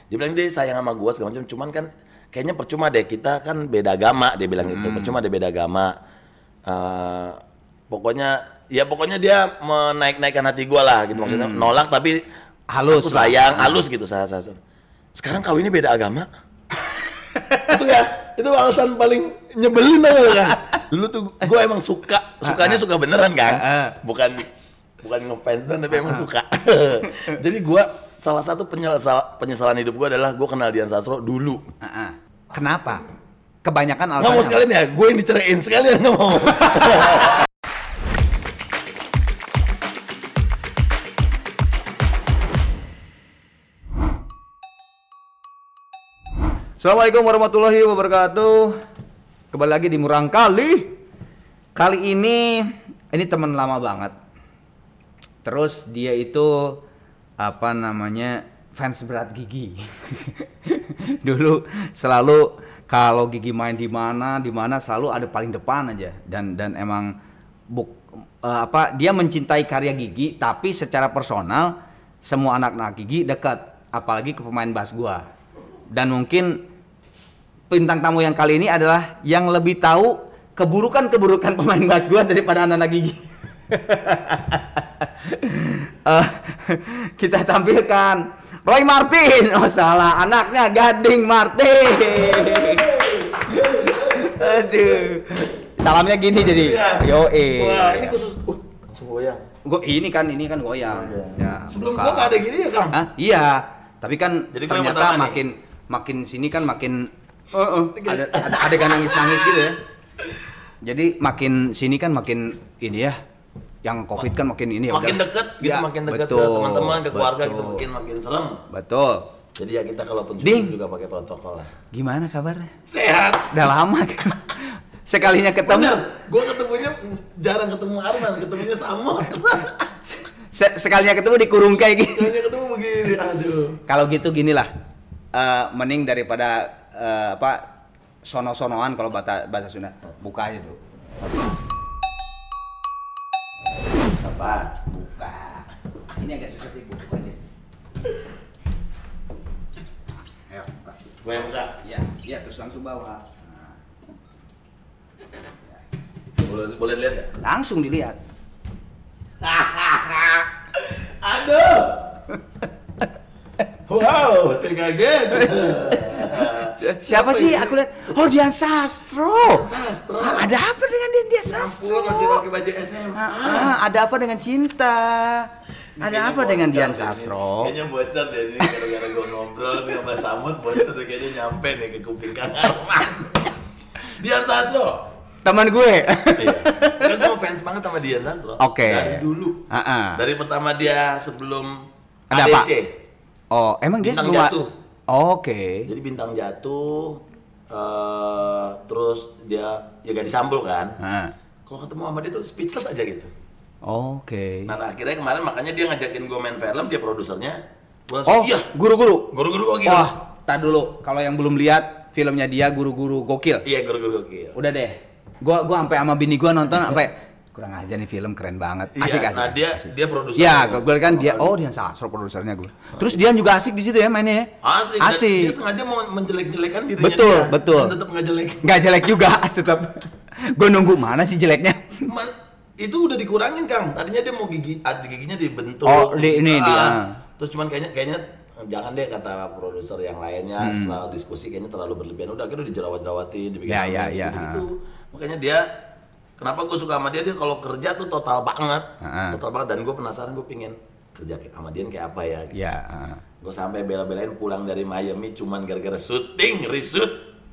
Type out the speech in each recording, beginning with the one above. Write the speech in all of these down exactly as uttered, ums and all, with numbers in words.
Dia bilang dia sayang sama gue segala macam, cuman kan kayaknya percuma deh, kita kan beda agama, dia bilang gitu. Hmm. Percuma deh beda agama. Uh, pokoknya ya pokoknya dia menaik-naikkan hati gue lah gitu, maksudnya nolak tapi halus aku sayang, lah. halus gitu saya, saya. Sekarang kawinnya beda agama. Itu ya, itu alasan paling nyebelin tau gak kan. Dulu tuh gue emang suka, sukanya suka beneran kan, bukan bukan ngefans tapi emang suka. Jadi gue salah satu penyesal, penyesalan hidup gue adalah gue kenal Dian Sastro dulu. Kenapa? Kebanyakan alasan. Nggak mau sekalian ya, gue yang diceraiin sekalian nggak mau. Assalamualaikum warahmatullahi wabarakatuh. Kembali lagi di Murang Kali. Kali ini ini teman lama banget. Terus dia itu apa namanya fans berat Gigi. Dulu selalu kalau Gigi main di mana di mana selalu ada paling depan aja. Dan dan emang buk, uh, apa dia mencintai karya Gigi, tapi secara personal semua anak-anak Gigi dekat, apalagi ke pemain bass gua. Dan mungkin bintang tamu yang kali ini adalah yang lebih tahu keburukan-keburukan pemain bass gua daripada anak-anak Gigi. uh, kita tampilkan Roy Martin. Oh salah, anaknya Gading Martin. Aduh. Salamnya gini jadi. Yo eh. Wah, ini khusus uh, langsung goyang. Gua ini kan ini kan goyang. Oh, iya. Ya. Sebelum gua enggak ada gini ya, Kang? Hah? Iya. Tapi kan jadi ternyata makin nih? makin sini kan makin uh, uh, ada ada adegan nangis-nangis gitu ya. Jadi makin sini kan makin ini ya. Yang Covid kan makin ini ya. Makin udah. deket gitu, ya, makin deket betul, ke teman-teman, ke keluarga betul. Gitu makin makin serem. Betul. Jadi ya kita kalau syuting juga pakai protokol lah. Gimana kabarnya? Sehat. Udah lama kan. Sekalinya ketemu. Bener, gua ketemunya jarang ketemu Arman, ketemunya Samot. Se- sekalinya ketemu dikurung kayak gini. Sekalinya ketemu begini, aduh. Kalau gitu ginilah, uh, mending daripada uh, apa sono-sonoan kalau bahasa bahasa Sunda. Buka aja tuh. Apa? Buka. Ini agak susah sih, buka aja. Ayo, buka. Gue yang buka? Iya, iya terus langsung bawa. Nah. Boleh, boleh lihat ya? Langsung dilihat. Aduh. Wow, saya kaget. Siapa sih? Aku lihat. Oh, Dian Sastro. Sastro. Ah, ada apa dengan Dian, Dian Sastro? Masih pakai baju S M A. Ah, ah, ada apa dengan cinta? Ada apa dengan Dian Sastro? Kayaknya bocor deh ini gara-gara gue ngobrol nih sama Samut, bocor deh kayaknya nyampe nih ke kuping Kang Arman. Dian Sastro. Teman gue. Iya. Kan gue fans banget sama Dian Sastro. Oke. Okay. Dari dulu. Uh-uh. Dari pertama dia sebelum ada A D C. Apa? Oh, emang dia bintang sebelum jatuh. Oh, oke. Okay. Jadi bintang jatuh, uh, terus dia ya gak disambul kan. Uh. Kalau ketemu sama dia tuh speechless aja gitu. Oh, oke. Okay. Nah akhirnya kemarin makanya dia ngajakin gue main film, dia produsernya. Gua langsung, oh, iya. Guru-guru. Guru-guru kok gitu. Wah, tar dulu. Kalau yang belum lihat filmnya dia guru-guru gokil. Iya, guru-guru gokil. Udah deh. Gua gua sampai sama bini gua nonton sampai kurang aja nih film keren banget. Asik iya, asik. Nah, dia asik. dia produser. Ya, gue kan dia oh Dian Sastro produsernya gue. Terus Dian juga asik di situ ya mainnya ya. Asik. Asik. Dia sengaja mau menjelek-jelekan dirinya. Betul, dia. betul. Dan tetap nggak jelek. Nggak jelek juga, tetap. Gue nunggu mana sih jeleknya. Man, itu udah dikurangin Kang. Tadinya dia mau gigi, giginya dibentuk. Oh, di, ini ah, dia. Terus cuman kayaknya kayaknya jangan deh kata produser yang lainnya hmm. setelah diskusi kayaknya terlalu berlebihan. Udah akhirnya dijerawat-jerawatin, dibikin ya, ya, ya, gitu. Makanya dia kenapa gue suka sama dia, dia kalau kerja tuh total banget, uh-huh. total banget. Dan gue penasaran, gue pingin kerja sama dia kayak apa ya. Gitu. Yeah, uh-huh. Gue sampai bela-belain pulang dari Miami cuman gara-gara syuting, reshoot.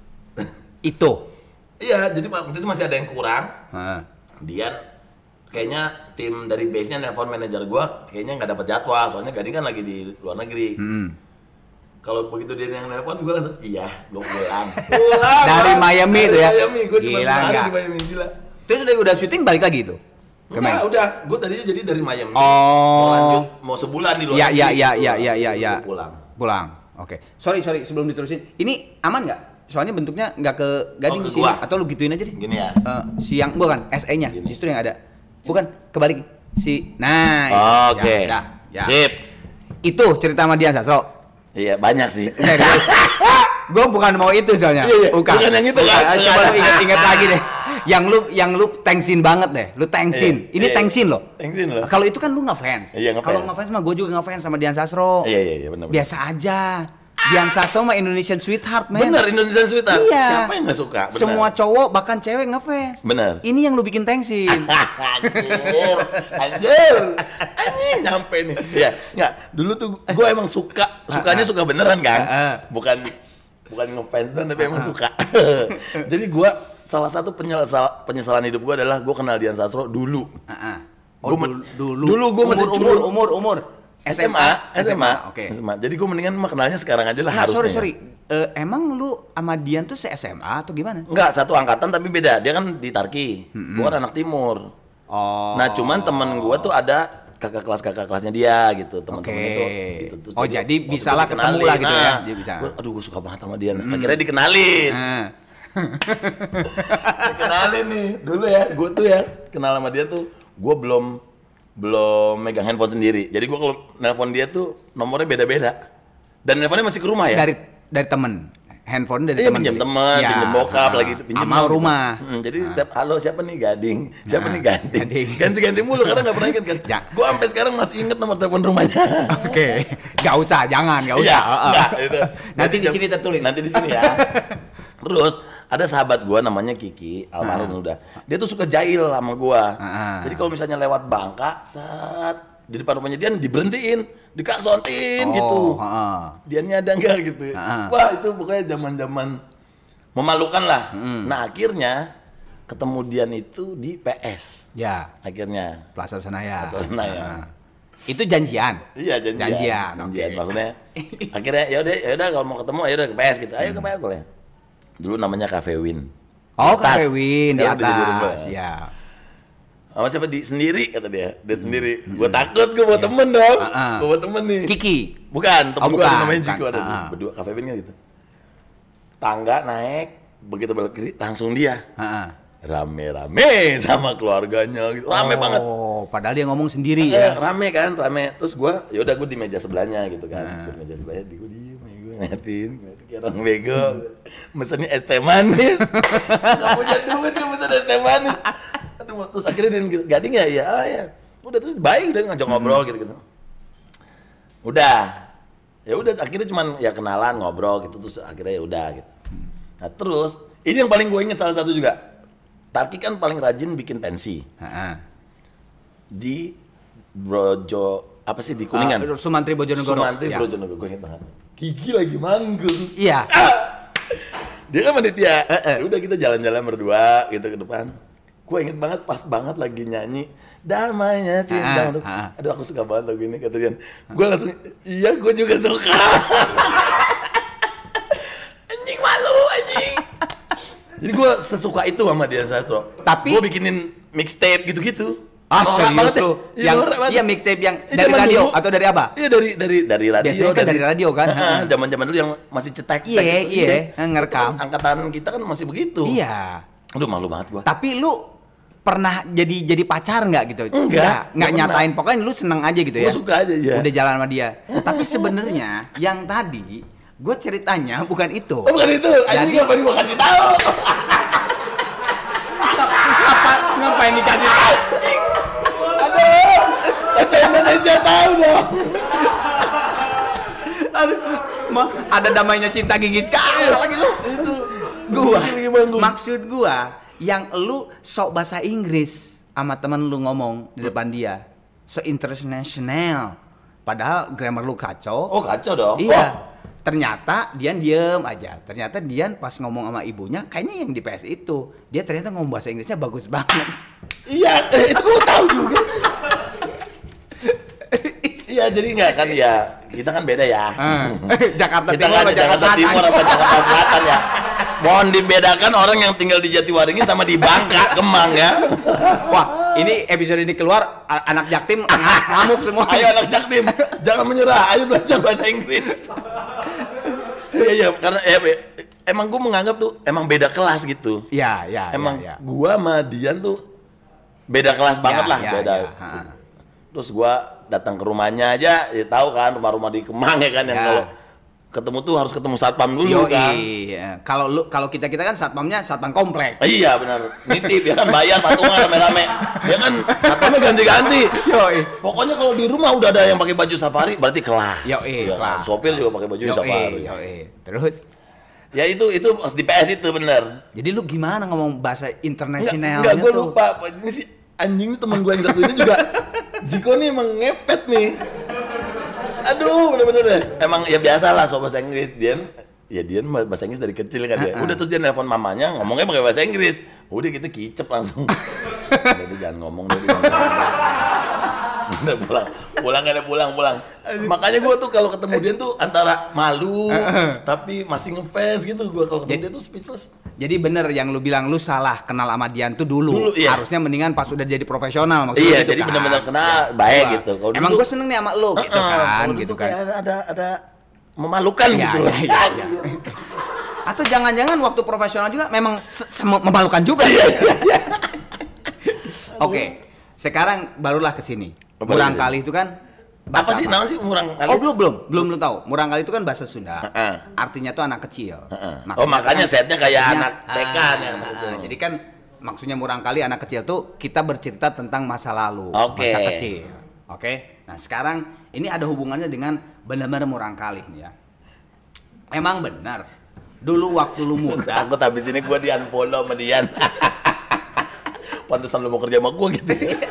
Itu? Iya, jadi waktu itu masih ada yang kurang. Uh-huh. Dian, kayaknya tim dari base-nya nelfon manajer gue, kayaknya nggak dapat jadwal, soalnya Gading kan lagi di luar negeri. Hmm. Kalau begitu dia yang nelfon, gue langsung, iya, gue pulang. pulang dari Miami itu ya? Miami, gue cuma gila nggak? di Miami, gila. Terus udah udah syuting balik lagi tuh? Enggak, udah. Gue tadinya jadi dari Miami. Oh. Mau lanjut, mau sebulan di luar ya, negeri. Ya, ya, ya, ya, ya, ya. Pulang. Pulang. Oke. Okay. Sorry, sorry. Sebelum diterusin, ini aman nggak? Soalnya bentuknya nggak ke Gading oh, di sini. Atau lu gituin aja deh. Gini ya. Uh, si yang bukan S E-nya, gini. Justru yang ada. Bukan kebalik. Si, nah. Oke. Okay. Ya, ya, ya. Sip. Itu cerita sama Dian Sastro. Iya, banyak sih. Serius. Gue bukan mau itu soalnya. Iya, iya. Bukan. Bukan yang itu kan. Bukan. Coba lu ingat-ingat lagi deh. Yang lu yang lu thanksin banget deh. Lu thanksin. Iya, Ini iya, thanksin loh. Thanksin loh. Kalau itu kan lu ngefans. Iya, ngefans. Kalau ngefans mah gue juga ngefans sama Dian Sastro. Iya, iya, iya, benar. Biasa aja. Dian Sastro mah Indonesian sweetheart, man. Bener, Indonesian sweetheart. Iya. Siapa yang nggak suka? Bener. Semua cowok bahkan cewek ngefans. Bener. Ini yang lu bikin thanksin. Anjir, anjir, anjing nyampe nih. Ya, nggak. Dulu tuh gue emang suka, sukanya suka beneran kan, bukan bukan ngefans tapi emang suka. Jadi gue salah satu penyesal, penyesalan hidup gue adalah gue kenal Dian Sastro dulu. Oh, Gua, dulu. Dulu gue masih umur, culun. umur, umur, umur. S M A, S M A, Oke. S M A. Jadi gue mendingan mah kenalnya sekarang aja lah Nah, harusnya. sorry, sorry. Eh, emang lu sama Dian tuh se-S M A atau gimana? Enggak, satu angkatan tapi beda. Dia kan di Tarki, mm-hmm. gue kan anak timur. Oh. Nah, cuman temen gue tuh ada kakak kelas kakak kelasnya dia gitu, teman-teman Oke. itu. Gitu. Terus Oh, dia- jadi waktu bisa itu lah ketemu dikenalin. lah gitu ya, Nah, dia bisa. gua- aduh, gue suka banget sama dia. Mm. Akhirnya dikenalin. Nah. Dikenalin nih. Dulu ya, gue tuh ya kenal sama dia tuh, gue belum belum megang handphone sendiri. Jadi gue kalau nelpon dia tuh nomornya beda-beda. Dan nelponnya masih ke rumah ya. Dari dari temen. Handphone dari Iya, temen. pinjam teman, Ya, pinjam bokap ah. lagi itu pinjam Sama gitu. rumah. Hmm, jadi tiap halo siapa nih Gading, siapa Nah, nih Gading, Gading. ganti-ganti mulu karena nggak pernah inget kan. Ya. Gue sampai sekarang masih inget nomor telepon rumahnya. Oke. Gak usah, jangan, gak usah. Iya, Ah, ah. enggak, itu. Nanti di jam- sini tertulis. Nanti di sini ya. Terus ada sahabat gue namanya Kiki, almarhum udah. Dia tuh suka jahil sama gue. Ah. Jadi kalau misalnya lewat Bangka, saat di depan rumahnya dia diberhentiin, dikaksontin gitu. Oh, heeh. Dianya ada enggak gitu. Ah. Wah, itu pokoknya zaman-zaman memalukan lah. Nah, akhirnya ketemu Dian itu di P S. Ya, Akhirnya Plaza Senayan. Plaza Senayan. Ah. Itu janjian. Iya, janjian. Janjian, Janjian. oke. Maksudnya akhirnya ya udah ya udah kalau mau ketemu ayo udah ke P S gitu. Ayo ke P S boleh. Dulu namanya Cafe Win. Oh, Di atas. Cafe Win di Sekarang udah jadi rumah. atas. Ya. Sama siapa di sendiri kata dia. Dia sendiri. Gua takut gua bawa temen dong. Ah, ah. Gua bawa temen nih. Kiki. Bukan, temen Oh, gua ada bukan, namanya bukan. Jiko ada Ah, ah. berdua Cafe Win kan gitu. Tangga naik, begitu belok kiri langsung dia. Heeh. Rame-rame sama keluarganya gitu. Rame oh, banget. padahal dia ngomong sendiri Eh, ya. rame kan, rame. Terus gue, ya udah gue di meja sebelahnya gitu kan. Gua di meja sebelahnya, di gue diem, gue ngeliatin, ngeliatin kayak orang bego. Mesennya es teh manis. Gak punya duit ya mesen es teh manis. Aduh, terus akhirnya dia gitu, Gading ya, ya, ah, ya. Udah terus baik, udah ngajak ngobrol gitu-gitu. Udah, ya udah akhirnya cuman ya kenalan ngobrol gitu, terus akhirnya ya udah gitu. Nah terus ini yang paling gue inget salah satu juga. Tarki kan paling rajin bikin pensi Heeh. di Brojo apa sih di Kuningan? Ah, Sumantri Bojonegoro. Sumantri Ya. Bojonegoro, gue inget banget. Gigi lagi manggung. Iya. Dia kan panitia. Eh, eh. Ya udah kita jalan-jalan berdua gitu ke depan. Gue inget banget pas banget lagi nyanyi damainya cinta Ah, untuk. ah. Aduh aku suka banget lagu ini kata Dian. Gue langsung iya gue juga suka. Anjing malu anjing. Jadi gue sesuka itu sama Dian Sastro. Tapi- gue bikinin mixtape gitu-gitu. Ah, Norak serius banget ya. lu? Iya, Yang norak banget. iya mixtape yang Iya, dari zaman radio dulu. atau dari apa? Iya dari dari dari radio. Biasanya kan dari radio kan? Heeh, zaman-zaman dulu yang masih cetek. Iya, cetek gitu. iya, ngerekam. Angkatan kita kan masih begitu. Iya. Aduh malu banget gua. Tapi lu pernah jadi jadi pacar nggak gitu? Enggak, nggak nggak nyatain. Pokoknya lu seneng aja gitu ya. Gua suka aja ya. Udah jalan sama dia. Tapi sebenarnya yang tadi gue ceritanya bukan itu. Oh bukan itu. Anjing Jadi- ngapain gua kasih tahu? Apa ngapain dikasih tahu? Aduh. Kata Indonesia tahu dong. Aduh, mah ada damainya cinta gigi sekali lagi lu. Itu Gua lagi manggung. maksud gua yang lu sok bahasa Inggris sama temen lu ngomong di depan dia. So international. Padahal grammar lu kacau. Oh kacau dong. Iya. Oh. Ternyata Dian diem aja. Ternyata Dian pas ngomong sama ibunya, kayaknya yang di P S itu, dia ternyata ngomong bahasa Inggrisnya bagus banget. Iya, eh, itu gua tahu juga sih. Iya, jadi nggak kan ya kita kan beda ya. Jakarta Kita Timur kan sama di Jakarta Timur apa Jakarta Selatan ya. Mohon dibedakan orang yang tinggal di Jatiwaringin sama di Bangka, Kemang ya. Wah, ini episode ini keluar a- anak Jaktim ng- ngamuk semua. Ayo anak Jaktim, jangan menyerah. Ayo belajar bahasa Inggris. Iya iya, karena eh, eh, emang gue menganggap tuh emang beda kelas gitu. Iya, iya, Emang iya, iya. gua sama Dian tuh beda kelas banget Ya, lah, ya, beda. ya, ha. Terus gua datang ke rumahnya aja, ya tahu kan rumah-rumah di Kemang ya kan yang Ya. kalau ketemu tuh harus ketemu satpam dulu Yo, kan. Iya. Kalau lu kalau kita kita kan satpamnya satpam komplek. Iya benar. Nitip ya kan bayar patungan rame-rame. Ya kan satpamnya ganti-ganti. Yo, Pokoknya kalau di rumah udah ada yang pakai baju safari berarti kelas. Yo, ya, kelas. Sopir juga pakai baju Yo, safari. Yo, terus ya itu itu pas di P S itu bener. jadi lu gimana ngomong bahasa internasionalnya Enggak, gue tuh? lupa. Ini si anjing teman gue yang satu ini juga Jiko nih emang ngepet nih. Aduh, bener-bener deh. Emang ya biasa lah soal bahasa Inggris. Dia ya dia bahasa Inggris dari kecil kan ya. Uh-uh. Udah terus dia nelpon mamanya ngomongnya pakai bahasa Inggris. Udah kita kicep langsung. Jadi jangan ngomong deh. Udah pulang, pulang ada pulang pulang. Makanya gue tuh kalau ketemu dia tuh antara malu tapi masih ngefans gitu. Gue kalau ketemu dia tuh speechless. Jadi bener yang lu bilang lu salah kenal sama Dian tuh dulu. Dulu, iya. Harusnya mendingan pas udah jadi profesional maksudnya Iya, gitu jadi kan. benar-benar kenal baik Wah. gitu. Kalau Emang dulu- gue seneng nih sama lu gitu Uh-uh, kan, kalau gitu dulu kan. kayak ada ada, ada memalukan Iya, gitu loh. iya, iya, iya. Atau jangan-jangan waktu profesional juga memang se- se- memalukan juga. Iya, Oke, sekarang barulah ke sini. Baru Murang kesini. kali itu kan Apa bahasa sih namanya sih murang kali? Oh belum belum belum lu tahu. Murang kali itu kan bahasa Sunda. Uh-uh. Artinya tuh anak kecil. Uh-uh. Oh, makanya setnya kayak anak T K ah, nih, anak ah, kecil. Jadi kan maksudnya murang kali anak kecil tuh kita bercerita tentang masa lalu, Oke. masa kecil. Oke. Nah sekarang ini ada hubungannya dengan benar-benar murang kali nih ya. Emang benar. Dulu waktu lu muda. Takut habis ini gue di unfollow sama Dian. Pantesan lu mau kerja sama gue gitu.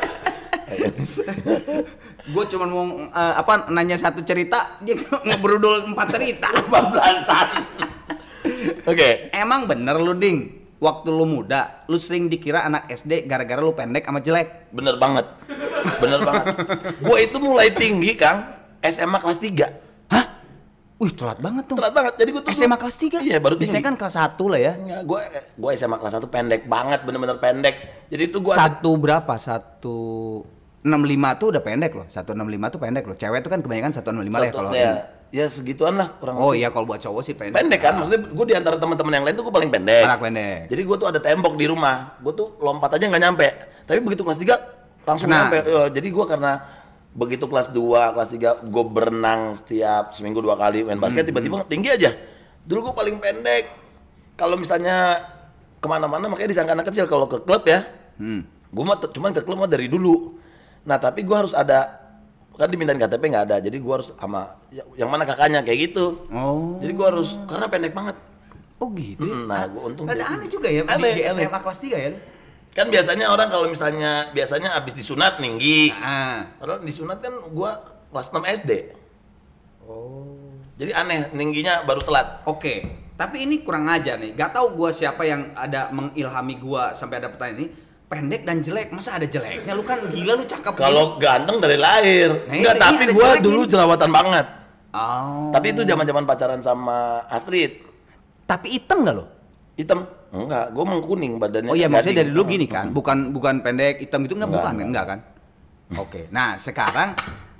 Gue cuma mau eh, apa nanya satu cerita, dia ngebrudul empat cerita. Bablasan. Oke. Emang bener lu ding, waktu lu muda, lu sering dikira anak S D gara-gara lu pendek sama jelek. Bener banget. Bener banget. Gue itu mulai tinggi, Kang, S M A kelas tiga. Hah? Wih telat banget tuh. Telat banget. Jadi gue tuh S M A kelas tiga? Iya, baru tinggi. Biasanya kan kelas satu lah ya. Enggak, gue gue S M A kelas satu pendek banget, bener-bener pendek. Jadi itu gue Satu berapa? Satu enam lima tuh udah pendek loh. Satu enam lima tuh pendek loh. Cewek tuh kan kebanyakan satu enam lima lah ya kalau ya, ini. ya segituan lah kurang Oh lebih. iya kalau buat cowok sih pendek. Pendek kan, maksudnya gue di antara teman-teman yang lain tuh gue paling pendek. Anak pendek. Jadi gue tuh ada tembok di rumah, gue tuh lompat aja nggak nyampe. Tapi begitu kelas tiga langsung Nah. nyampe. Eh, Jadi gue karena begitu kelas dua, kelas tiga gue berenang setiap seminggu dua kali main basket, Hmm, tiba-tiba tinggi aja. Dulu gue paling pendek. Kalau misalnya kemana-mana makanya disangka anak kecil. Kalau ke klub ya, Hmm. gue mah te- cuman ke klub mah dari dulu. Nah tapi gue harus ada, kan dimintain K T P nggak ada, jadi gue harus sama ya- yang mana kakaknya kayak gitu. Oh. Jadi gue harus karena pendek banget. Oh gitu. Mm, Nah, gue untung. Ada jadi- aneh juga ya Aneh, di, di aneh. S M A kelas tiga ya lu? Kan biasanya orang kalau misalnya biasanya abis disunat tinggi. Ah. Padahal disunat kan gue kelas enam S D. Oh. Jadi aneh, tingginya baru telat. Oke, tapi ini kurang ajar nih. Gak tahu gua siapa yang ada mengilhami gua sampai ada pertanyaan ini. Pendek dan jelek, masa ada jeleknya? Lu kan gila, lu cakep. Kalau ganteng dari lahir. Nah, Enggak, itu- ini tapi ada gue jelek dulu nih. jerawatan banget. Oh. Tapi itu zaman-zaman pacaran sama Astrid. Tapi hitam gak lo? Hitam? Enggak, gue mengkuning badannya. Oh iya, gading. maksudnya dari dulu gini kan, bukan bukan pendek hitam gitu nggak, Enggak, bukan enggak. enggak kan? Oke, nah sekarang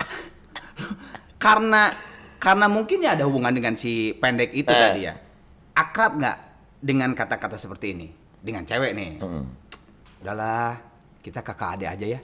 karena karena mungkin ya ada hubungan dengan si pendek itu Eh. tadi ya. Akrab nggak dengan kata-kata seperti ini dengan cewek nih? Hmm. Udahlah, kita kakak adik aja ya.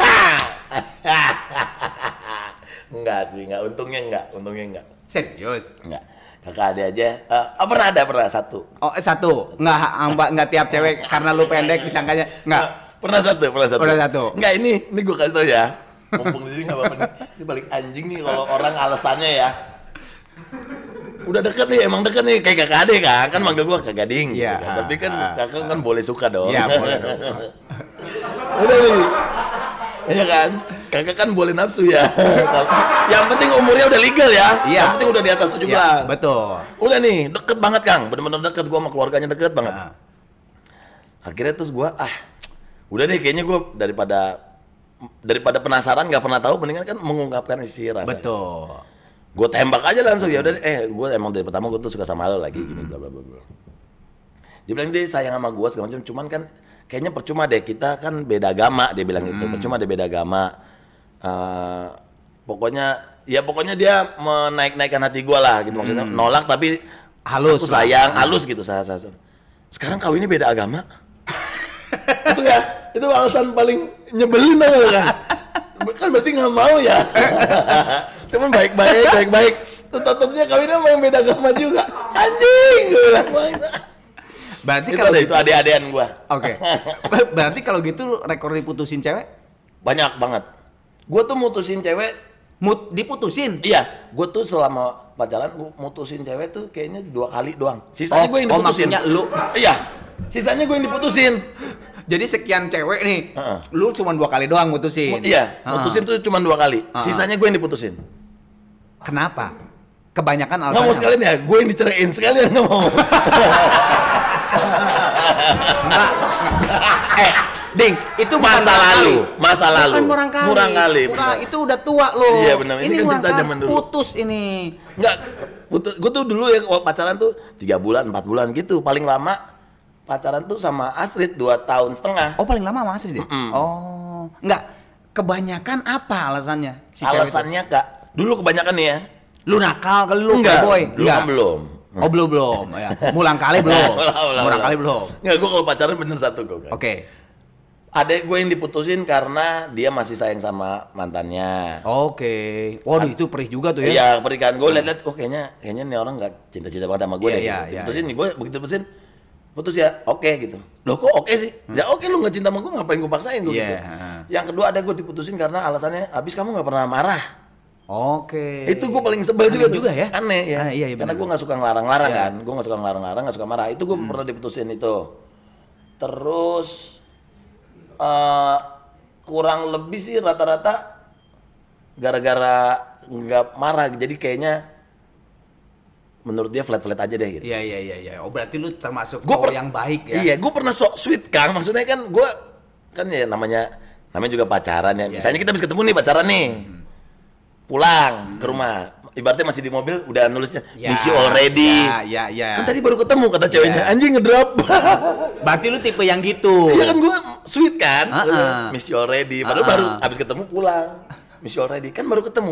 Enggak sih, enggak. Untungnya enggak, untungnya enggak. Serius? Enggak. Kakak ada aja. Eh, oh, pernah ada, pernah satu. Oh eh, satu, nggak nggak nggak tiap cewek karena lu pendek disangkanya nggak. Pernah satu, pernah satu. Pernah satu. Enggak, ini, ini gue kasih tau ya. Mumpung di sini nggak apa-apa nih. Ini paling anjing nih kalau orang alasannya ya. Udah deket nih, emang deket nih, kayak kakak adik kan, kan manggil gue kakak gading. Iya, Gitu kan. Tapi kan ah, kakak kan boleh suka dong. Iya boleh dong. Udah nih. Iya kan? Kakak kan boleh nafsu ya. Yang penting umurnya udah legal ya. Iya. Yang penting udah di atas tujuh belas. Iya, betul. Udah nih, deket banget Kang. Bener-bener deket, gua sama keluarganya deket banget. Nah. Akhirnya terus gua, ah udah deh kayaknya gua daripada daripada penasaran nggak pernah tahu, mendingan kan mengungkapkan isi rasa. Betul. Gue tembak aja langsung, ya udah deh, eh gue emang dari pertama gue tuh suka sama lo lagi gini bla bla bla bla. Dia bilang dia sayang sama gue segala macam, cuman kan kayaknya percuma deh, kita kan beda agama, dia bilang gitu, percuma deh beda agama. Eh, pokoknya ya pokoknya dia menaik-naikkan hati gue lah gitu, maksudnya nolak tapi Halus aku lah. sayang, halus gitu saya saya. Sekarang kawinnya beda agama. Itu ya, itu alasan paling nyebelin tau gak kan? Kan berarti nggak mau ya. Cuman baik-baik, baik-baik. Tetap-tetapnya kawinnya sama yang beda agama juga. Anjing, gue bilang. Berarti Itu kalau ada gitu, itu adik-adikan gua. oke. Berarti kalau gitu lu rekor diputusin cewek? Banyak banget. Gua tuh mutusin cewek, Mut diputusin. iya, gua tuh selama pacaran gua mutusin cewek tuh kayaknya dua kali doang. Sisanya Oh, gua yang oh, diputusin. maksudnya lu. Iya. Sisanya gua yang diputusin. Jadi sekian cewek nih, Heeh. lu cuma dua kali doang mutusin. Iya, Heeh. mutusin tuh cuma dua kali. Heeh. Sisanya gua yang diputusin. Kenapa? Kebanyakan Nggak alasannya mau apa? sekalian ya, gue yang diceraiin sekalian nggak mau. Enggak. Eh, Ding, itu bukan Masa murang lalu, kali. masa lalu. Bukan murang kali. Murang kali, Bukan, benar. itu udah tua loh. Iya, benar. Ini kan murang cerita kali. zaman dulu. Putus ini. Nggak, putus, gue tuh dulu ya waktu pacaran tuh tiga bulan, empat bulan gitu. Paling lama pacaran tuh sama Astrid dua tahun setengah. Oh, paling lama sama Astrid deh? Mm-mm. Oh, enggak. Kebanyakan apa alasannya? Si cewek itu? Alasannya kak, dulu kebanyakan nih ya. Lu nakal kali lu Enggak, playboy? dulu kan belum. Oh, belum belum. Ya. Mulang kali belum. Ulang, ulang, Mulang ulang. kali belum. Nggak, gue kalau pacaran bener satu gue. Oke. Adek gue yang diputusin karena dia masih sayang sama mantannya. Oke. Waduh, itu perih juga tuh ya. Iya, pernikahan gue liat-liat, oh kayaknya kayaknya nih orang nggak cinta-cinta banget sama gue Iya, deh. iya, gitu. iya, Diputusin nih, gue begitu putusin, putus ya, oke gitu. Loh kok oke sih? Ya oke, lu nggak cinta sama gue, ngapain gue paksain gue Iya, gitu. heeh. Yang kedua ada gue diputusin karena alasannya, abis kamu nggak pernah marah. Oke. Itu gue paling sebel Aneh juga tuh. juga ya. Aneh ya. Ah, iya, iya, karena benar. gue nggak suka ngelarang-larang Iya. kan, gue nggak suka ngelarang-larang, nggak suka marah. Itu gue pernah diputusin itu. Terus eh kurang lebih sih rata-rata gara-gara nggak marah, jadi kayaknya menurut dia flat-flat aja deh gitu. Iya, iya, iya, iya. Oh, berarti lu termasuk Gua cowok per- yang baik ya. Iya, gue pernah sok sweet Kang. Maksudnya kan gue kan ya namanya namanya juga pacaran ya. Iya, Misalnya iya. kita habis ketemu nih pacaran nih, pulang ke rumah, ibaratnya masih di mobil udah nulisnya Ya, miss you already. Ya, ya, ya. Kan tadi baru ketemu kata ceweknya, Iya. anjing ngedrop. Berarti lu tipe yang gitu. Iya kan gue sweet kan, Ah-ah. miss you already. Padahal Ah-ah. baru habis ketemu pulang, miss you already kan baru ketemu.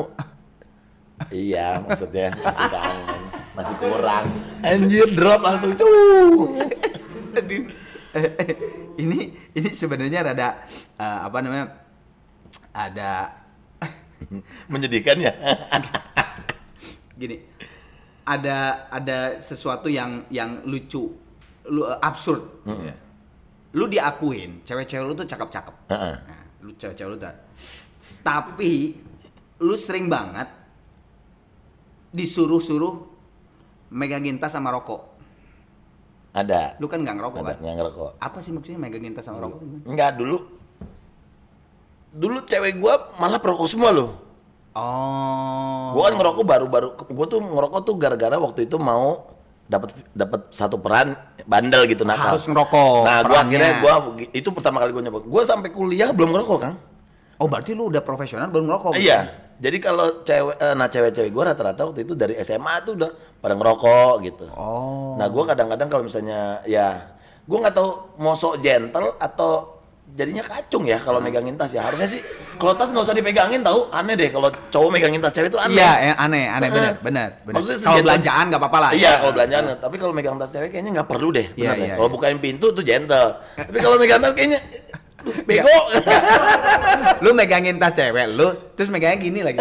Iya, maksudnya masih kangen, masih kurang. Anjir drop langsung cuy. Aduh. ini ini sebenarnya rada eh, apa namanya? Ada Menyedihkan ya. gini. Ada ada sesuatu yang yang lucu, lu eh, absurd. Ya. Lu diakuin, cewek-cewek lu tuh cakep-cakep. Heeh. Nah, lu cewek-cewek lu tuh. Tapi lu sering banget disuruh-suruh megangin tas sama rokok. Ada. Lu kan nggak ngerokok Ada kan? nggak ngerokok. Apa sih maksudnya megangin tas sama rokok? tuh gimana? Enggak dulu. Dulu cewek gua malah perokok semua loh. Oh. Gua kan ngerokok baru-baru. Gua tuh ngerokok tuh gara-gara waktu itu mau dapat dapat satu peran bandel gitu nakal. Harus ngerokok. Nah, gua perannya. akhirnya gua itu pertama kali gua nyoba. Gua sampai kuliah belum ngerokok, Kang. Oh, berarti lu udah profesional baru ngerokok? gitu? Iya. Jadi kalau cewek eh, nah cewek-cewek gua rata-rata waktu itu dari S M A tuh udah pada ngerokok gitu. Oh. Nah, gua kadang-kadang kalau misalnya ya gua nggak tahu mau sok gentle atau jadinya kacung ya kalau megangin tas ya. Harusnya sih kalau tas nggak usah dipegangin tahu, aneh deh kalau cowok megangin tas cewek itu aneh. Iya, eh, aneh, aneh, benar, Heeh. benar, benar. Maksudnya Kalau segentle- belanjaan nggak apa-apa lah. Iya, kalau belanjaan, tapi kalau megang tas cewek kayaknya nggak perlu deh, Iya, benar deh. iya, Kalau iya. bukain pintu tuh gentle. Tapi kalau megang tas kayaknya aduh, bego. Lu megangin tas cewek lu, terus megangnya gini lagi.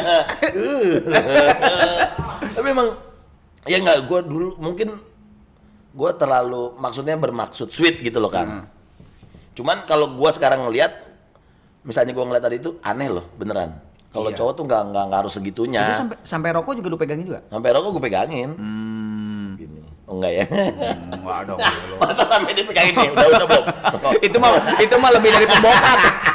Tapi emang ya nggak, gue dulu mungkin gue terlalu maksudnya bermaksud sweet gitu loh kan. Hmm. Cuman kalau gue sekarang ngelihat, misalnya gue ngeliat tadi itu aneh loh, beneran. Kalau Iya. cowok tuh nggak nggak nggak harus segitunya. Itu sampai sampai rokok juga lu pegangin juga? Sampai rokok gue pegangin. Hmm. Gini. Oh enggak ya? Enggak dong. Masa sampai dipegangin nih? Udah udah belum? itu mah itu mah lebih dari pembokat.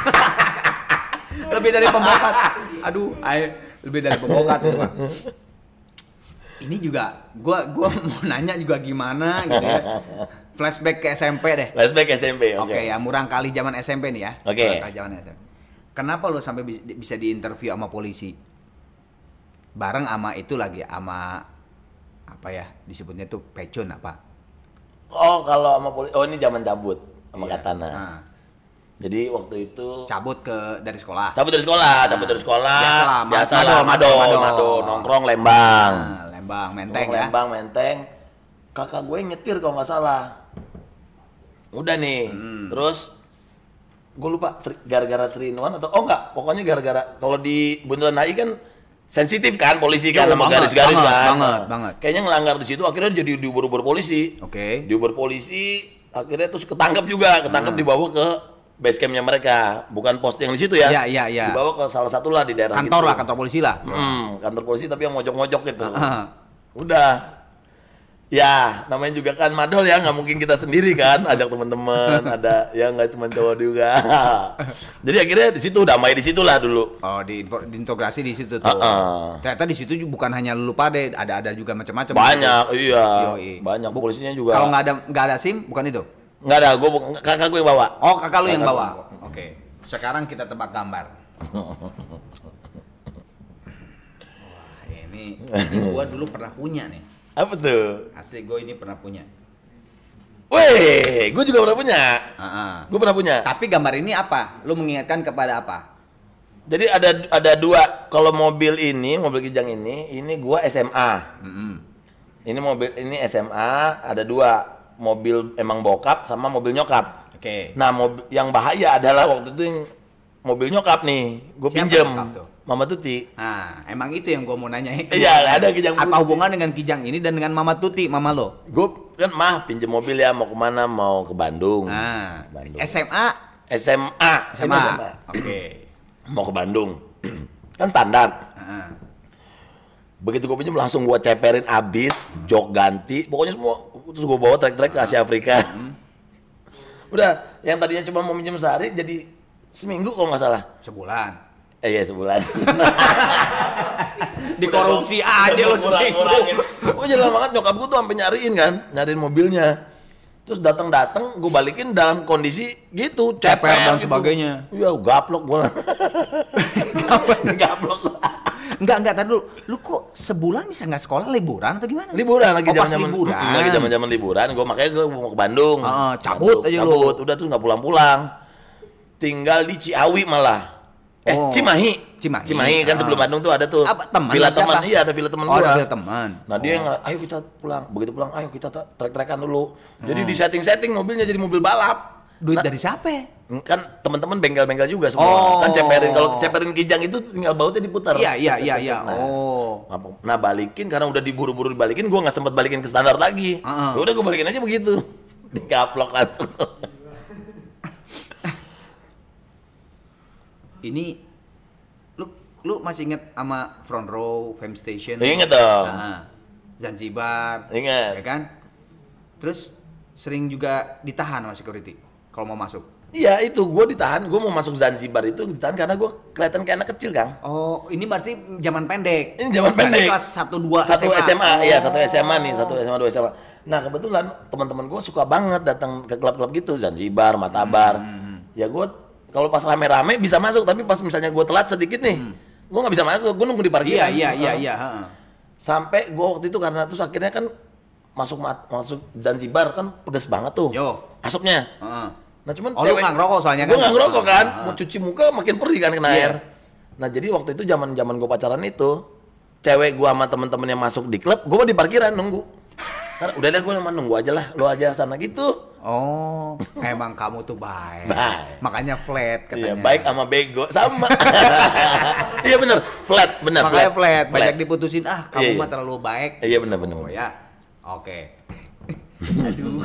lebih dari pembokat. Aduh, ayo lebih dari pembokat itu mah. Ini juga gua gua mau nanya juga gimana gitu ya. Flashback ke S M P deh. Flashback S M P, oke. Oke ya, murang kali zaman S M P nih ya. Oke. Murang kali zaman S M P. Kenapa lo sampai bis- bisa diinterview sama polisi? Bareng sama itu lagi sama apa ya disebutnya tuh pecun apa? Oh kalau sama polisi, oh ini zaman cabut sama Iya. katana. Nah, Jadi waktu itu cabut ke dari sekolah. cabut dari sekolah, cabut dari sekolah. Biasalah, ma- biasalah, mado, mado, mado, mado, mado. nongkrong Lembang. Nah, Lembang, Menteng Nongkrong ya. Lembang, Menteng. Kakak gue nyetir kalau nggak salah. Udah nih, Hmm. terus gue lupa tri- gara-gara three in one atau oh enggak, pokoknya gara-gara kalau di Bundaran H I kan sensitif kan polisi Yo, kan sama banget, garis-garis banget, kan. banget, banget. Kayaknya ngelanggar di situ akhirnya jadi diuber-uber polisi. Oke. Diuber polisi akhirnya terus ketangkep juga, ketangkep Hmm. dibawa ke base campnya mereka, bukan pos yang di situ ya. Iya, iya, iya. Dibawa ke salah satu lah di daerah Kantor gitu. lah, kantor polisi lah. Hmm, kantor polisi tapi yang mojok-mojok gitu. Ah. Udah. Ya, namanya juga kan madol ya, nggak mungkin kita sendiri kan, ajak teman-teman, ada yang nggak cuma cowok juga. Jadi akhirnya di situ damai di situ lah dulu. Oh, di diintegrasi di situ tuh. Uh-uh. Ternyata di situ bukan hanya lu pade, ada ada juga macam-macam. Banyak, iya. Yoi. Banyak Bu- polisinya juga. Kalau nggak ada nggak ada SIM, bukan itu? Nggak ada, gue kakak gue yang bawa. Oh, kakak lu yang Kakak bawa. gua. Oke. Sekarang kita tebak gambar. Wah, ini ini gua dulu pernah punya nih. Apa tuh? Asli gue ini pernah punya. Weh, gue juga pernah punya. Ah, Gue pernah punya. Tapi gambar ini apa? Lu mengingatkan kepada apa? Jadi ada ada dua. Kalau mobil ini, mobil Kijang ini, ini gua S M A. Mm-mm. Ini mobil ini S M A, ada dua. Mobil emang bokap sama mobil nyokap. Oke. Nah, mobil yang bahaya adalah waktu itu yang mobil nyokap nih. Gue Siapa pinjem. nyokap tuh? Mama Tuti. Nah, emang itu yang gue mau nanya. Iya, ada Kijang Apa Putih. hubungan dengan Kijang ini dan dengan Mama Tuti, mama lo? Gue kan mah pinjem mobil ya, mau kemana? Mau ke Bandung. Nah, Bandung. S M A, S M A. S M Ini A. S M A. Oke. Mau ke Bandung. Kan standar. Ah. Begitu gue pinjem langsung gue ceperin abis, jok ganti, pokoknya semua. Terus gue bawa trek-trek ke Asia Afrika. Udah, yang tadinya cuma mau minjem sehari jadi seminggu kalau nggak salah. Sebulan. Eh iya sebulan. Dikorupsi aja lo seminggu. Oh jelas banget nyokap gue tuh sampai nyariin kan, nyariin mobilnya. Terus datang-datang gue balikin dalam kondisi gitu, Ceper dan gitu. sebagainya. Iya, gaplok gue. Gaplok. Enggak, enggak, tadi dulu. Lu kok sebulan bisa nggak sekolah liburan atau gimana? Liburan lagi Oh, pas zaman-zaman liburan. Mm, lagi zaman-zaman liburan, gue makanya gue mau ke Bandung. Heeh, cabut aja lu. Cabut, udah tuh nggak pulang-pulang. Tinggal di Ciawi malah. Eh, Oh. Cimahi. Cimahi. kan Ah. sebelum Bandung tuh ada tuh. Apa, teman Villa atau teman. siapa? Iya, ada villa teman Oh, gua. ada villa teman. Nah, dia yang ayo kita pulang. Begitu pulang, ayo kita ta- trek-trekan dulu. Jadi di setting-setting mobilnya jadi mobil balap. Duit Nah, dari siapa? kan teman-teman bengkel-bengkel juga semua. Oh. Kan ceperin kalau ceperin Kijang itu tinggal bautnya diputar. Iya, iya, iya, iya. Nah, Oh. Nah balikin karena udah diburu-buru dibalikin, gue nggak sempet balikin ke standar lagi. Heeh. Ya udah gue balikin aja begitu, digaplok langsung. Ini lu lu masih inget sama Front Row, Fame Station? Ingat dong. Nah, Zanzibar. Ingat. Ya kan? Terus sering juga ditahan sama security kalau mau masuk. Iya itu gue ditahan, gue mau masuk Zanzibar itu ditahan karena gue kelihatan kayak anak kecil Kang. Oh, ini berarti zaman pendek. Ini zaman Berarti pendek. Kelas satu dua Satu S M A, Oh. iya satu S M A nih, satu S M A dua S M A. Nah kebetulan teman-teman gue suka banget datang ke klub-klub gitu, Zanzibar, Matabar. Hmm. Ya gue kalau pas rame-rame bisa masuk, tapi pas misalnya gue telat sedikit nih, gue nggak bisa masuk, gue nunggu di Iya, parkiran. iya, iya, Heeh. iya, heeh. Sampai gue waktu itu karena terus akhirnya kan masuk mat- masuk Zanzibar kan pedas banget tuh Yo. asapnya. Heeh. Nah cuman Oh, lu nggak ngerokok soalnya gue kan? nggak ngerokok kan, Ah. mau cuci muka makin perih kan kena Iya. air. Nah jadi waktu itu zaman zaman gue pacaran itu, cewek gue sama temen-temen yang masuk di klub, gue mah di parkiran nunggu. Karena udah deh gue mah nunggu aja lah, lo aja sana gitu. Oh, emang kamu tuh baik. Baik. Makanya flat katanya. Iya baik sama bego sama. Iya bener, flat bener. Makanya flat, banyak Flat. diputusin ah kamu Iya, iya. mah terlalu baik. Iya bener bener. Oh bener. ya. Oke. Aduh.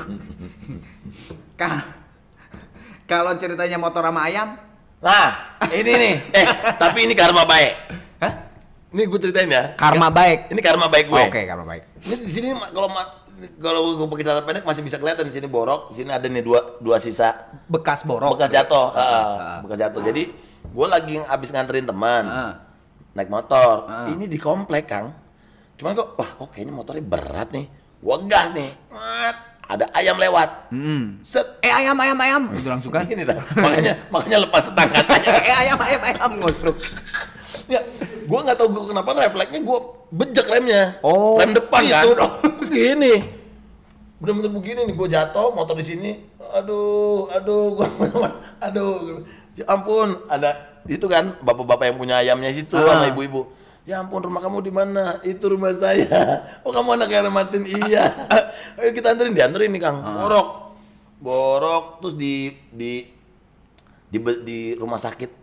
Kak. Kalau ceritanya motor sama ayam, Nah ini nih, eh tapi ini karma baik. hah? Ini gue ceritain ya. Karma baik. Ini karma baik gue. Oke, karma baik. Ini di sini ma- kalau ma- kalau gue pakai celana pendek masih bisa kelihatan di sini borok, di sini ada nih dua dua sisa Bekas borok. bekas jatuh, Ah, heeh, ah. bekas jatuh. Jadi gue lagi abis nganterin teman Ah. naik motor, Ah. ini di komplek Kang. Cuman kok, wah kok kayaknya motornya berat nih. Gue gas nih, Mat, ada ayam lewat, Mm. set. Eh ayam ayam ayam itu langsung kan. Ini dah, makanya makanya lepas setangkan aja. eh ayam ayam ayam ngosruk. Ya, gue nggak tahu gue kenapa refleksnya gue bejek remnya, Oh, rem depan kan, gitu dong. terus gini, bener-bener begini nih gue jatuh, motor di sini, aduh, aduh, gue, aduh, ya ampun, ada itu kan bapak-bapak yang punya ayamnya situ Ah. sama ibu-ibu, ya ampun rumah kamu di mana? Itu rumah saya. Oh kamu anaknya Martin? Iya. Ayo kita anterin, dianterin nih Kang, borok, borok, terus di di di, di rumah sakit.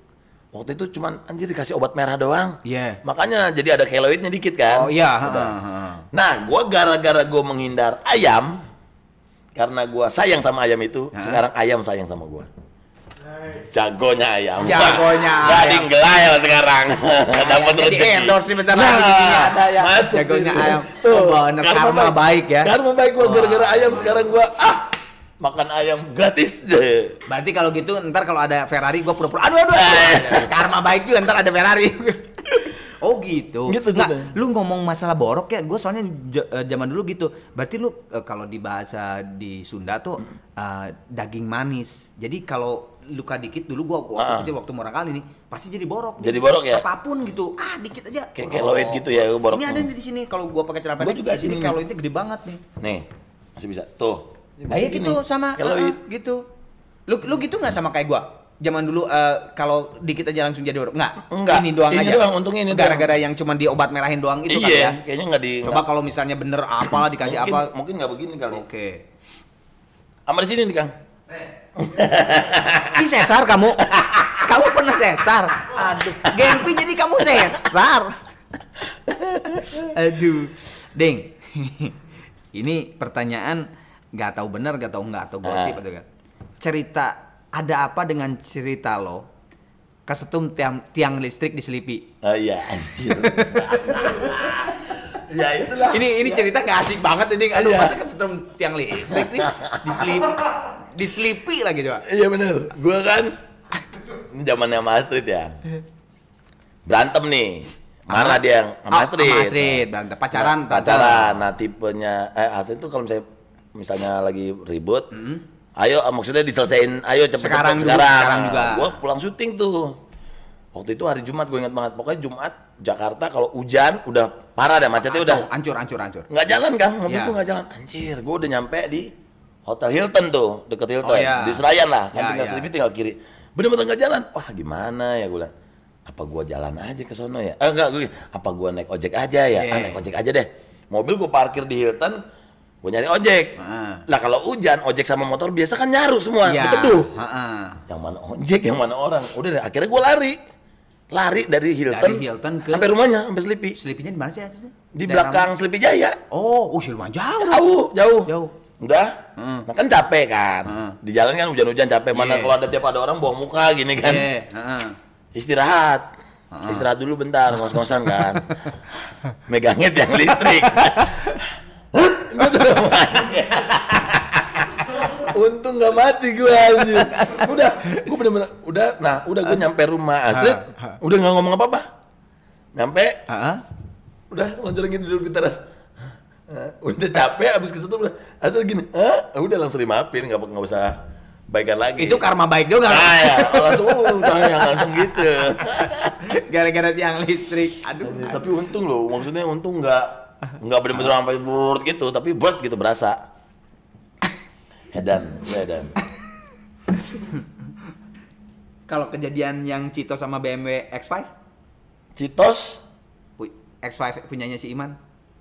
Waktu itu cuman anjir dikasih obat merah doang. Iya. Makanya jadi ada keloidnya dikit kan. Oh iya. Udah. Nah, gua gara-gara gua menghindar ayam karena gua sayang sama ayam itu, Ha? sekarang ayam sayang sama gua. Jagonya ayam. Jagonya Gading ayam. gelayel sekarang. Dapat Jadi rezeki. endorse nih bentar Nah, lagi giginya. ada ya. Masuk Jagonya sini. ayam. Tuh, Oh, bener, karma baik ya. Karma baik gua Wah. gara-gara ayam sekarang gua ah makan ayam gratis deh. Berarti kalau gitu ntar kalau ada Ferrari gue pura-pura aduh aduh, aduh. Karma baik juga ntar ada Ferrari. Oh gitu. Gitu, Nggak, gitu. lu ngomong masalah borok ya, gue soalnya j- eh, zaman dulu gitu. Berarti lu eh, kalau di bahasa di Sunda tuh eh, daging manis. Jadi kalau luka dikit dulu gua waktu Ah. kecil waktu murah kali nih pasti jadi borok. Jadi nih. borok ya? Apapun gitu. Ah dikit aja. Kayak keloid gitu ya, borok. Ini ada nih di sini kalau gua pakai celana Gua pendek. juga di sini sini. keloidnya gede banget nih. Nih, masih bisa. Tuh. Ah, iya gitu sama Keloid. ah, ah, gitu. Lu lu gitu nggak sama kayak gua? Zaman dulu eh, kalau dikit aja langsung jadi borok. Enggak. Enggak. Ini doang Ini aja. doang, untungnya ini Gara-gara yang cuma diobat merahin doang itu kali ya. Iya, kayaknya nggak di. Coba kalau misalnya bener apa dikasih mungkin, apa. Mungkin nggak begini kali. Oke. Sama di sini nih, Kang. Ih sesar kamu. Kamu pernah sesar. Aduh. Gempi jadi kamu sesar. Aduh. Ding. Ini pertanyaan nggak tahu benar, nggak tahu nggak tahu gosip Ah. atau enggak. Cerita ada apa dengan cerita lo kesetum tiang, tiang listrik di Selipi? Oh iya, anjir. Ya itulah. Ini ini cerita nggak asik banget ini. Aduh Iya. masa kesetrum tiang listrik nih di Selipi, di Selipi lagi coba. Iya bener. Gua kan ini zamannya Mas Astrid ya. Berantem nih. Marah Sama- dia yang sama Oh, Astrid. sama Astrid, berantem. Pacaran, Nah, pacaran. Nah, tipenya eh Astrid tuh kalau misalnya misalnya lagi ribut, ayo maksudnya diselesain, ayo cepet-cepet Sekarang sekarang. dulu, sekarang Nah, juga. Gua pulang syuting tuh. Waktu itu hari Jumat gue ingat banget. Pokoknya Jumat Jakarta kalau hujan udah parah deh macetnya udah. Hancur, hancur, hancur. Nggak jalan Kang, mobil Ya. gua nggak jalan. Anjir, gua udah nyampe di Hotel Hilton tuh, deket Hilton. Oh, ya. Di Senayan lah, kan Ya, tinggal ya. Selipi tinggal kiri. Bener-bener nggak jalan. Wah gimana ya gue bilang. Apa gua jalan aja ke sono ya? Eh enggak, gue apa gua naik ojek aja ya? Iya. Ah, naik ojek aja deh. Mobil gua parkir di Hilton, gua nyari ojek. Ah. Lah kalau hujan, ojek sama motor biasa kan nyaru semua, Iya. berteduh. Heeh. Yang mana ojek, yang mana orang. Udah deh, akhirnya gua lari. Lari dari Hilton, Dari Hilton ke- sampai rumahnya, sampai Selipi. Selipinya di mana sih? Di Di belakang Selipi Jaya. Oh, uh, lumayan jauh. Jauh, jauh. Jauh. Udah. Heeh. Nah kan capek kan. Heeh. Di jalan kan hujan-hujan capek. Mana Iya. kalau ada tiap ada orang buang muka gini kan. Iya, heeh. Istirahat. Istirahat dulu bentar, ngos-ngosan kan. Megangnya tiang listrik. Gitu rumahnya. Untung nggak mati gue anjir. Udah, gue bener-bener udah. Nah, udah gue nyampe rumah Astrid, udah nggak ngomong apa-apa. Nyampe, Heeh. udah loncat-loncat duduk di teras. Eh, udah capek abis ke situ udah asal gini, ah udah langsung dimaafin, nggak nggak usah baikan lagi. Itu karma baik dong. ah ya langsung uh, tayang, langsung gitu. Gara-gara tiang listrik. Aduh. Tapi untung loh, maksudnya untung nggak nggak bener-bener sampai brrrt gitu, tapi berat gitu berasa. Edan, ya Edan. Kalau kejadian yang Cito sama B M W X lima? Citos. Pu- X lima punyanya si Iman.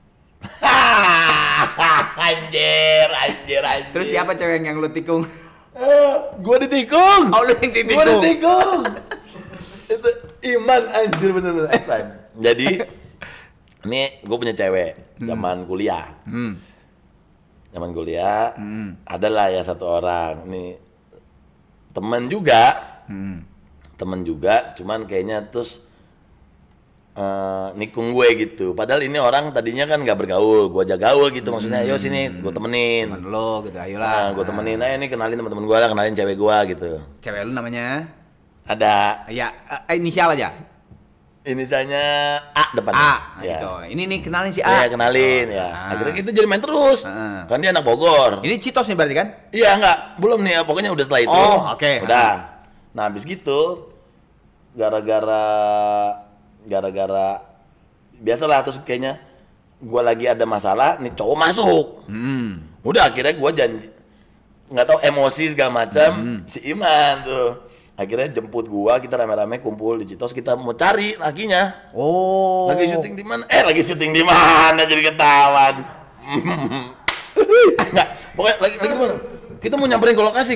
anjir, anjir, anjir. Terus siapa cewek yang lu tikung? Eh, gua ditikung. Oh, lu yang ditikung. Gua ditikung. Itu Iman anjir bener-bener. Jadi ini gue punya cewek zaman kuliah. Hmm. Zaman kuliah Hmm. adalah ya satu orang. Ini temen juga. Hmm. Temen juga, cuman kayaknya terus eh, nikung gue gitu. Padahal ini orang tadinya kan nggak bergaul, gue aja gaul gitu. Maksudnya, ayo sini, gue temenin. Temen lo gitu, Nah, ayolah. gue temenin, ayo nih kenalin teman-teman gue lah, kenalin cewek gue gitu. Cewek lu namanya? Ada Ya, eh, inisial aja. inisialnya A depannya. A, ya. gitu. Ini nih kenalin si Ya, A. kenalin ya. Ah. Akhirnya kita jadi main terus. Ah. Kan dia anak Bogor. Ini Citos nih berarti kan? Iya enggak, belum nih ya. Pokoknya udah setelah itu. Oh, oke. Udah. Nah, habis gitu gara-gara gara-gara biasalah terus kayaknya gua lagi ada masalah, nih cowok masuk. Hmm. Udah akhirnya gua janji nggak tahu emosi segala macam Hmm. si Iman tuh. Akhirnya jemput gua, kita rame-rame kumpul di Citos, kita mau cari lakinya. Oh. Lagi syuting di mana? Eh, lagi syuting di mana jadi ketahuan. Enggak, pokoknya lagi lagi di mana? Kita mau nyamperin ke lokasi, Kang.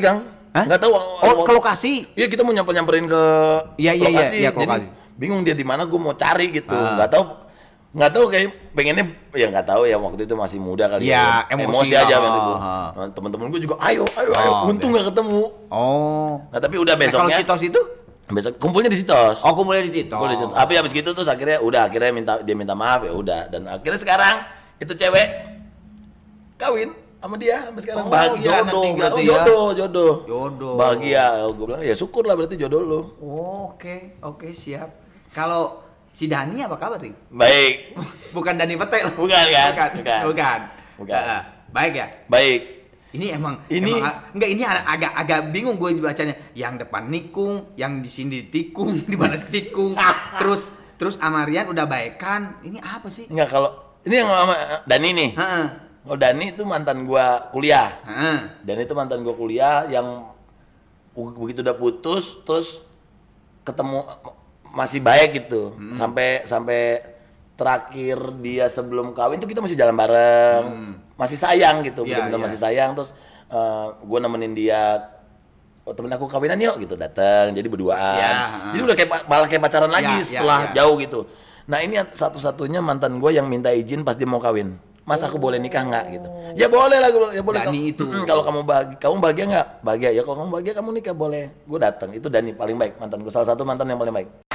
Hah? Nggak tahu. Oh, ke lokasi. Iya, kita mau nyamper nyamperin ke Iya, iya, iya, lokasi. iya, ke Jadi lokasi. bingung dia di mana, gue mau cari gitu. Ah. Nggak tahu, nggak tahu kayak pengennya, ya nggak tahu ya waktu itu masih muda kali Ya, ya. emosi, aja ah, waktu itu. ah. Nah, teman-teman gue juga, ayo, ayo, ayo. Oh, Untung nggak ketemu. Oh. Nah tapi udah Nah, kalau besoknya, Citos itu? besok kumpulnya di Citos. Oh, kumpulnya di Citos. Kumpul di Citos. Tapi habis gitu terus akhirnya udah akhirnya minta dia minta maaf ya udah, dan akhirnya sekarang itu cewek kawin sama dia sampai sekarang. Oh, Bahagia, anak jodoh tiga. berarti Oh, ya. jodoh, jodoh. Jodoh. Bahagia. Gue bilang ya syukur lah berarti jodoh lo. Oh, oke, oke, siap. Kalau si Dani apa kabar, Ring? Baik. Bukan Dani Petek. Bukan kan? Bukan. Bukan. Bukan. Bukan. Ah, baik ya? Baik. Ini emang Ini- emang, enggak, ini agak agak bingung gue bacanya. Yang depan nikung, yang di sini tikung, di balas tikung. terus terus Amarian udah baikan. Ini apa sih? Enggak, kalau ini yang sama Dani nih. Heeh. Kalau Dani itu mantan gua kuliah. Heeh. Dani itu mantan gua kuliah yang begitu udah putus terus ketemu masih baik gitu. Hmm. Sampai sampai terakhir dia sebelum kawin tuh kita masih jalan bareng. Masih sayang gitu, Iya, benar-benar iya. masih sayang. Terus eh, gua nemenin dia, oh temen aku kawinan yuk gitu, datang jadi berduaan. Iya, Jadi udah kayak pa- malah kayak pacaran lagi Iya, iya, setelah iya. jauh gitu. Nah ini satu-satunya mantan gue yang minta izin pas dia mau kawin. Mas aku boleh nikah nggak gitu? Ya boleh lah, gue bilang, ya boleh. Dani Kamu- itu. Mm, kalau kamu bahagia, kamu bahagia nggak? Bahagia ya. Kalau kamu bahagia kamu nikah boleh. Gue datang. Itu Dani paling baik mantan gue. Salah satu mantan yang paling baik.